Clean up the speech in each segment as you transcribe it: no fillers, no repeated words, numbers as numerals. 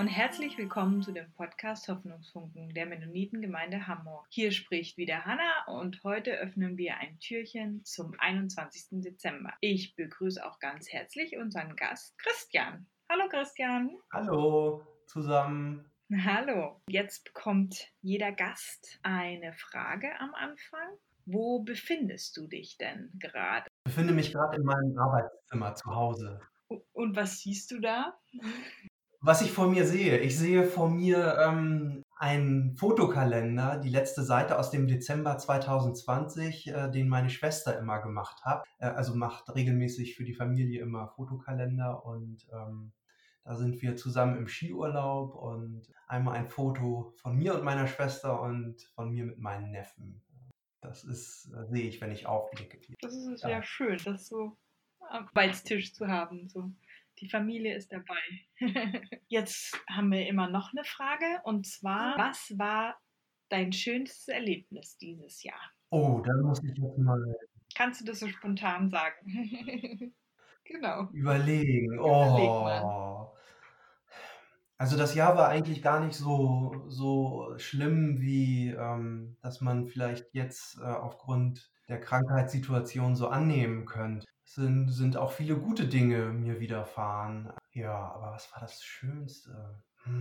und herzlich willkommen zu dem Podcast Hoffnungsfunken der Mennonitengemeinde Hamburg. Hier spricht wieder Hanna und heute öffnen wir ein Türchen zum 21. Dezember. Ich begrüße auch ganz herzlich unseren Gast Christian. Hallo Christian. Hallo zusammen. Hallo. Jetzt bekommt jeder Gast eine Frage am Anfang. Wo befindest du dich denn gerade? Ich befinde mich gerade in meinem Arbeitszimmer zu Hause. Und was siehst du da? Was ich vor mir sehe, ich sehe vor mir einen Fotokalender, die letzte Seite aus dem Dezember 2020, den meine Schwester immer gemacht hat. Also macht regelmäßig für die Familie immer Fotokalender und da sind wir zusammen im Skiurlaub und einmal ein Foto von mir und meiner Schwester und von mir mit meinen Neffen. Das sehe ich, wenn ich aufblicke. Das ist ja schön, das so am Arbeitstisch zu haben. So. Die Familie ist dabei. Jetzt haben wir immer noch eine Frage und zwar, was war dein schönstes Erlebnis dieses Jahr? Oh, da muss ich jetzt mal Kannst du das so spontan sagen? Genau. überlegen. Überleg mal. Oh. Also das Jahr war eigentlich gar nicht so schlimm, wie dass man vielleicht jetzt aufgrund der Krankheitssituation so annehmen könnte. Es sind auch viele gute Dinge mir widerfahren. Ja, aber was war das Schönste?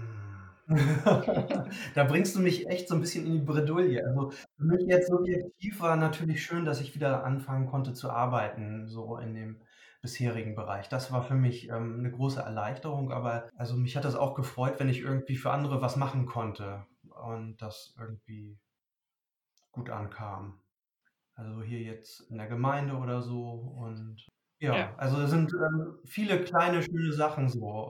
Da bringst du mich echt so ein bisschen in die Bredouille. Also für mich jetzt subjektiv war natürlich schön, dass ich wieder anfangen konnte zu arbeiten, so in dem bisherigen Bereich. Das war für mich 'ne große Erleichterung, aber also mich hat das auch gefreut, wenn ich irgendwie für andere was machen konnte und das irgendwie gut ankam. Also hier jetzt in der Gemeinde oder so und Ja, ja, also es sind viele kleine schöne Sachen so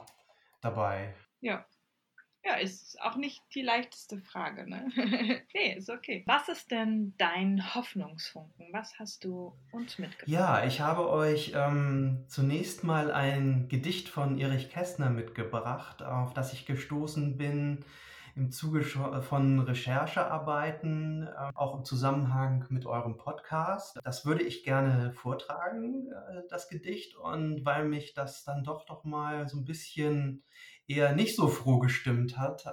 dabei. ja. Ja, ist auch nicht die leichteste Frage, ne? Nee, ist okay. Was ist denn dein Hoffnungsfunken? Was hast du uns mitgebracht? Ja, ich habe euch zunächst mal ein Gedicht von Erich Kästner mitgebracht, auf das ich gestoßen bin im Zuge von Recherchearbeiten, auch im Zusammenhang mit eurem Podcast. Das würde ich gerne vortragen, das Gedicht, und weil mich das dann doch mal so ein bisschen eher nicht so froh gestimmt hat,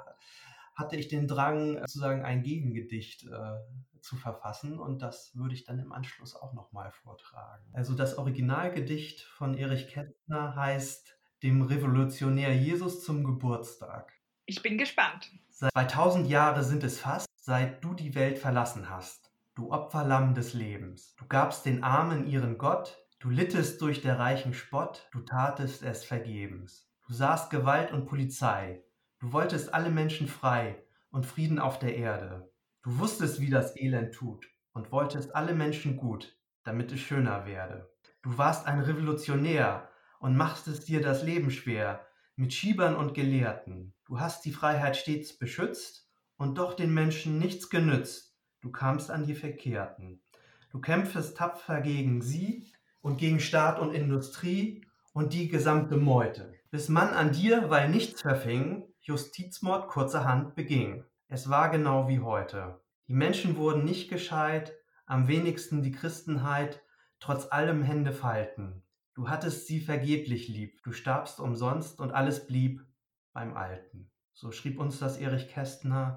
hatte ich den Drang, sozusagen ein Gegengedicht zu verfassen, und das würde ich dann im Anschluss auch nochmal vortragen. Also das Originalgedicht von Erich Kästner heißt Dem Revolutionär Jesus zum Geburtstag. Ich bin gespannt. Seit 2000 Jahre sind es fast, seit du die Welt verlassen hast, du Opferlamm des Lebens. Du gabst den Armen ihren Gott, du littest durch der Reichen Spott, du tatest es vergebens. Du sahst Gewalt und Polizei, du wolltest alle Menschen frei und Frieden auf der Erde. Du wusstest, wie das Elend tut und wolltest alle Menschen gut, damit es schöner werde. Du warst ein Revolutionär und machtest dir das Leben schwer, mit Schiebern und Gelehrten. Du hast die Freiheit stets beschützt und doch den Menschen nichts genützt. Du kamst an die Verkehrten. Du kämpfest tapfer gegen sie und gegen Staat und Industrie und die gesamte Meute, bis man an dir, weil nichts verfing, Justizmord kurzerhand beging. Es war genau wie heute. Die Menschen wurden nicht gescheit, am wenigsten die Christenheit, trotz allem Hände falten. Du hattest sie vergeblich lieb, du starbst umsonst und alles blieb beim Alten. So schrieb uns das Erich Kästner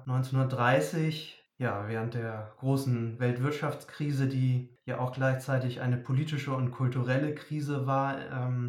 1930, ja, während der großen Weltwirtschaftskrise, die ja auch gleichzeitig eine politische und kulturelle Krise war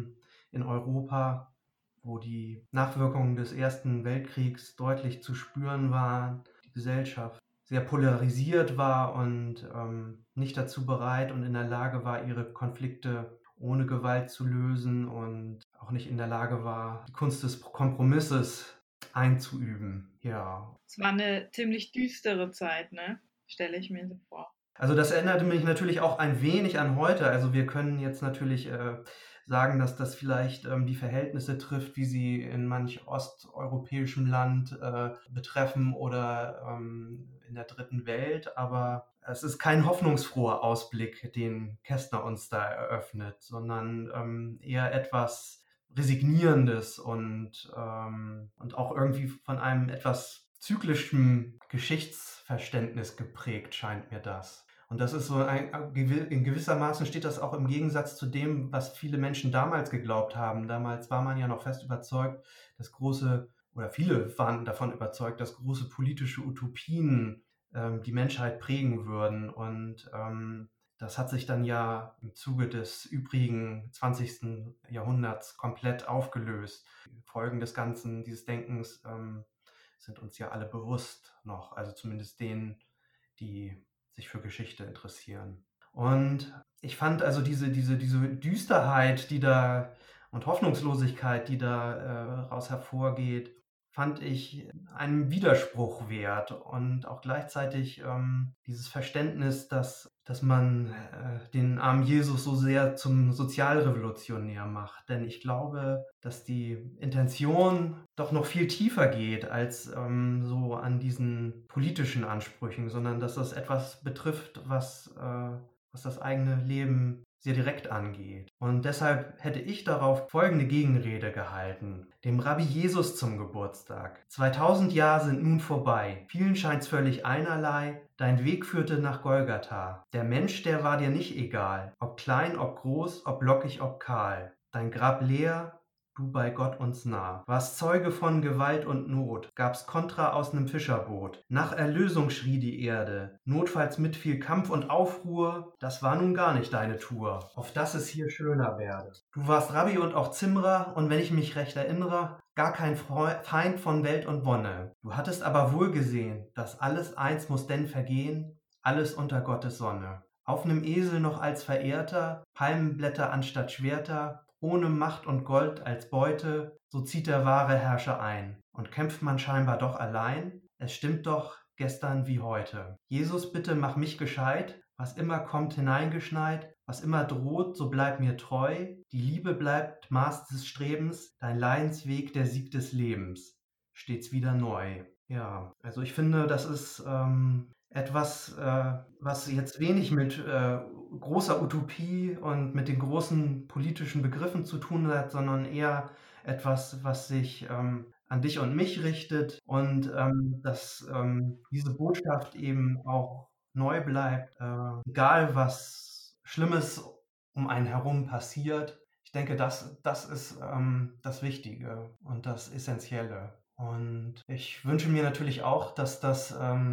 in Europa, wo die Nachwirkungen des Ersten Weltkriegs deutlich zu spüren waren, die Gesellschaft sehr polarisiert war und nicht dazu bereit und in der Lage war, ihre Konflikte ohne Gewalt zu lösen und auch nicht in der Lage war, die Kunst des Kompromisses einzuüben. Ja. Es war eine ziemlich düstere Zeit, ne? Stelle ich mir so vor. Also das erinnerte mich natürlich auch ein wenig an heute. Also wir können jetzt natürlich sagen, dass das vielleicht die Verhältnisse trifft, wie sie in manch osteuropäischem Land betreffen oder in der dritten Welt. Aber es ist kein hoffnungsfroher Ausblick, den Kästner uns da eröffnet, sondern eher etwas Resignierendes und auch irgendwie von einem etwas zyklischen Geschichtsverständnis geprägt, scheint mir das. Und das ist so in gewissermaßen steht das auch im Gegensatz zu dem, was viele Menschen damals geglaubt haben. Damals war man ja noch fest überzeugt, oder viele waren davon überzeugt, dass große politische Utopien die Menschheit prägen würden. Und das hat sich dann ja im Zuge des übrigen 20. Jahrhunderts komplett aufgelöst. Die Folgen dieses Denkens sind uns ja alle bewusst noch, also zumindest denen, die sich für Geschichte interessieren. Und ich fand also diese Düsterheit, und Hoffnungslosigkeit, die daraus hervorgeht, fand ich einen Widerspruch wert und auch gleichzeitig dieses Verständnis, dass man den armen Jesus so sehr zum Sozialrevolutionär macht. Denn ich glaube, dass die Intention doch noch viel tiefer geht als so an diesen politischen Ansprüchen, sondern dass das etwas betrifft, was das eigene Leben sehr direkt angeht. Und deshalb hätte ich darauf folgende Gegenrede gehalten. Dem Rabbi Jesus zum Geburtstag. 2000 Jahre sind nun vorbei. Vielen scheint's völlig einerlei. Dein Weg führte nach Golgatha. Der Mensch, der war dir nicht egal. Ob klein, ob groß, ob lockig, ob kahl. Dein Grab leer, du bei Gott uns nah. Warst Zeuge von Gewalt und Not, gab's Kontra aus nem Fischerboot. Nach Erlösung schrie die Erde, notfalls mit viel Kampf und Aufruhr, das war nun gar nicht deine Tour, auf dass es hier schöner werde. Du warst Rabbi und auch Zimmerer, und wenn ich mich recht erinnere, gar kein Feind von Welt und Wonne. Du hattest aber wohl gesehen, dass alles eins muss denn vergehen, alles unter Gottes Sonne. Auf nem Esel noch als Verehrter, Palmenblätter anstatt Schwerter, ohne Macht und Gold als Beute, so zieht der wahre Herrscher ein. Und kämpft man scheinbar doch allein? Es stimmt doch, gestern wie heute. Jesus, bitte mach mich gescheit, was immer kommt hineingeschneit, was immer droht, so bleib mir treu. Die Liebe bleibt Maß des Strebens, dein Leidensweg der Sieg des Lebens. Stets wieder neu. Ja, also ich finde, das ist etwas, was jetzt wenig mit großer Utopie und mit den großen politischen Begriffen zu tun hat, sondern eher etwas, was sich an dich und mich richtet und dass diese Botschaft eben auch neu bleibt, egal was Schlimmes um einen herum passiert. Ich denke, das ist das Wichtige und das Essentielle. Und ich wünsche mir natürlich auch, dass das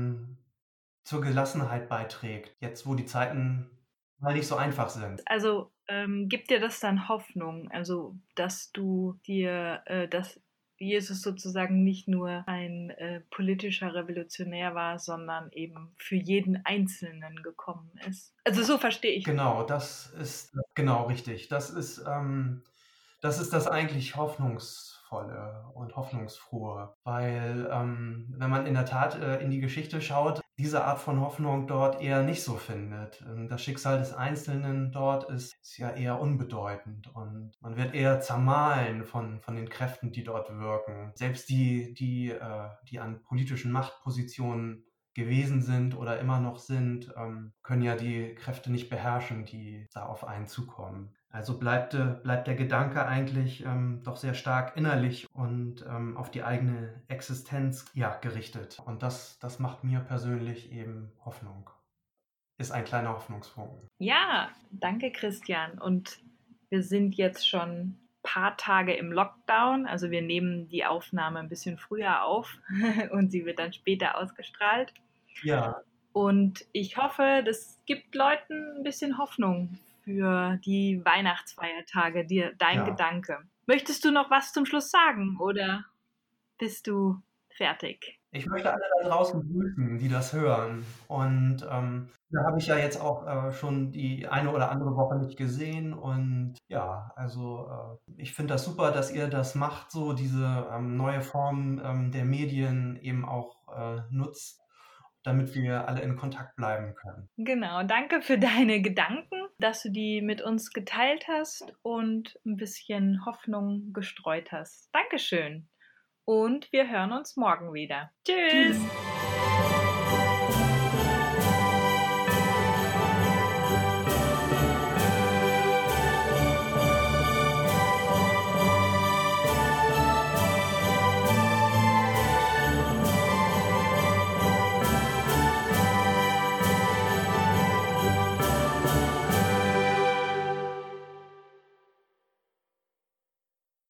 zur Gelassenheit beiträgt, jetzt wo die Zeiten mal nicht so einfach sind. Also gibt dir das dann Hoffnung, also dass dass Jesus sozusagen nicht nur ein politischer Revolutionär war, sondern eben für jeden Einzelnen gekommen ist. Also so verstehe ich. Genau, das ist genau richtig. Das ist das eigentlich Hoffnungsvolle und Hoffnungsfrohe, weil wenn man in der Tat in die Geschichte schaut, diese Art von Hoffnung dort eher nicht so findet. Das Schicksal des Einzelnen dort ist ja eher unbedeutend und man wird eher zermahlen von den Kräften, die dort wirken. Selbst die an politischen Machtpositionen gewesen sind oder immer noch sind, können ja die Kräfte nicht beherrschen, die da auf einen zukommen. Also bleibt der Gedanke eigentlich doch sehr stark innerlich und auf die eigene Existenz gerichtet. Und das macht mir persönlich eben Hoffnung. Ist ein kleiner Hoffnungsfunken. Ja, danke Christian. Und wir sind jetzt schon ein paar Tage im Lockdown. Also wir nehmen die Aufnahme ein bisschen früher auf und sie wird dann später ausgestrahlt. Ja. Und ich hoffe, das gibt Leuten ein bisschen Hoffnung für die Weihnachtsfeiertage, dein Gedanke. Möchtest du noch was zum Schluss sagen oder bist du fertig? Ich möchte alle da draußen grüßen, die das hören. Und da habe ich ja jetzt auch schon die eine oder andere Woche nicht gesehen. Und ja, also ich finde das super, dass ihr das macht, so diese neue Form der Medien eben auch nutzt, damit wir alle in Kontakt bleiben können. Genau, danke für deine Gedanken, dass du die mit uns geteilt hast und ein bisschen Hoffnung gestreut hast. Dankeschön. Und wir hören uns morgen wieder. Tschüss! Tschüss!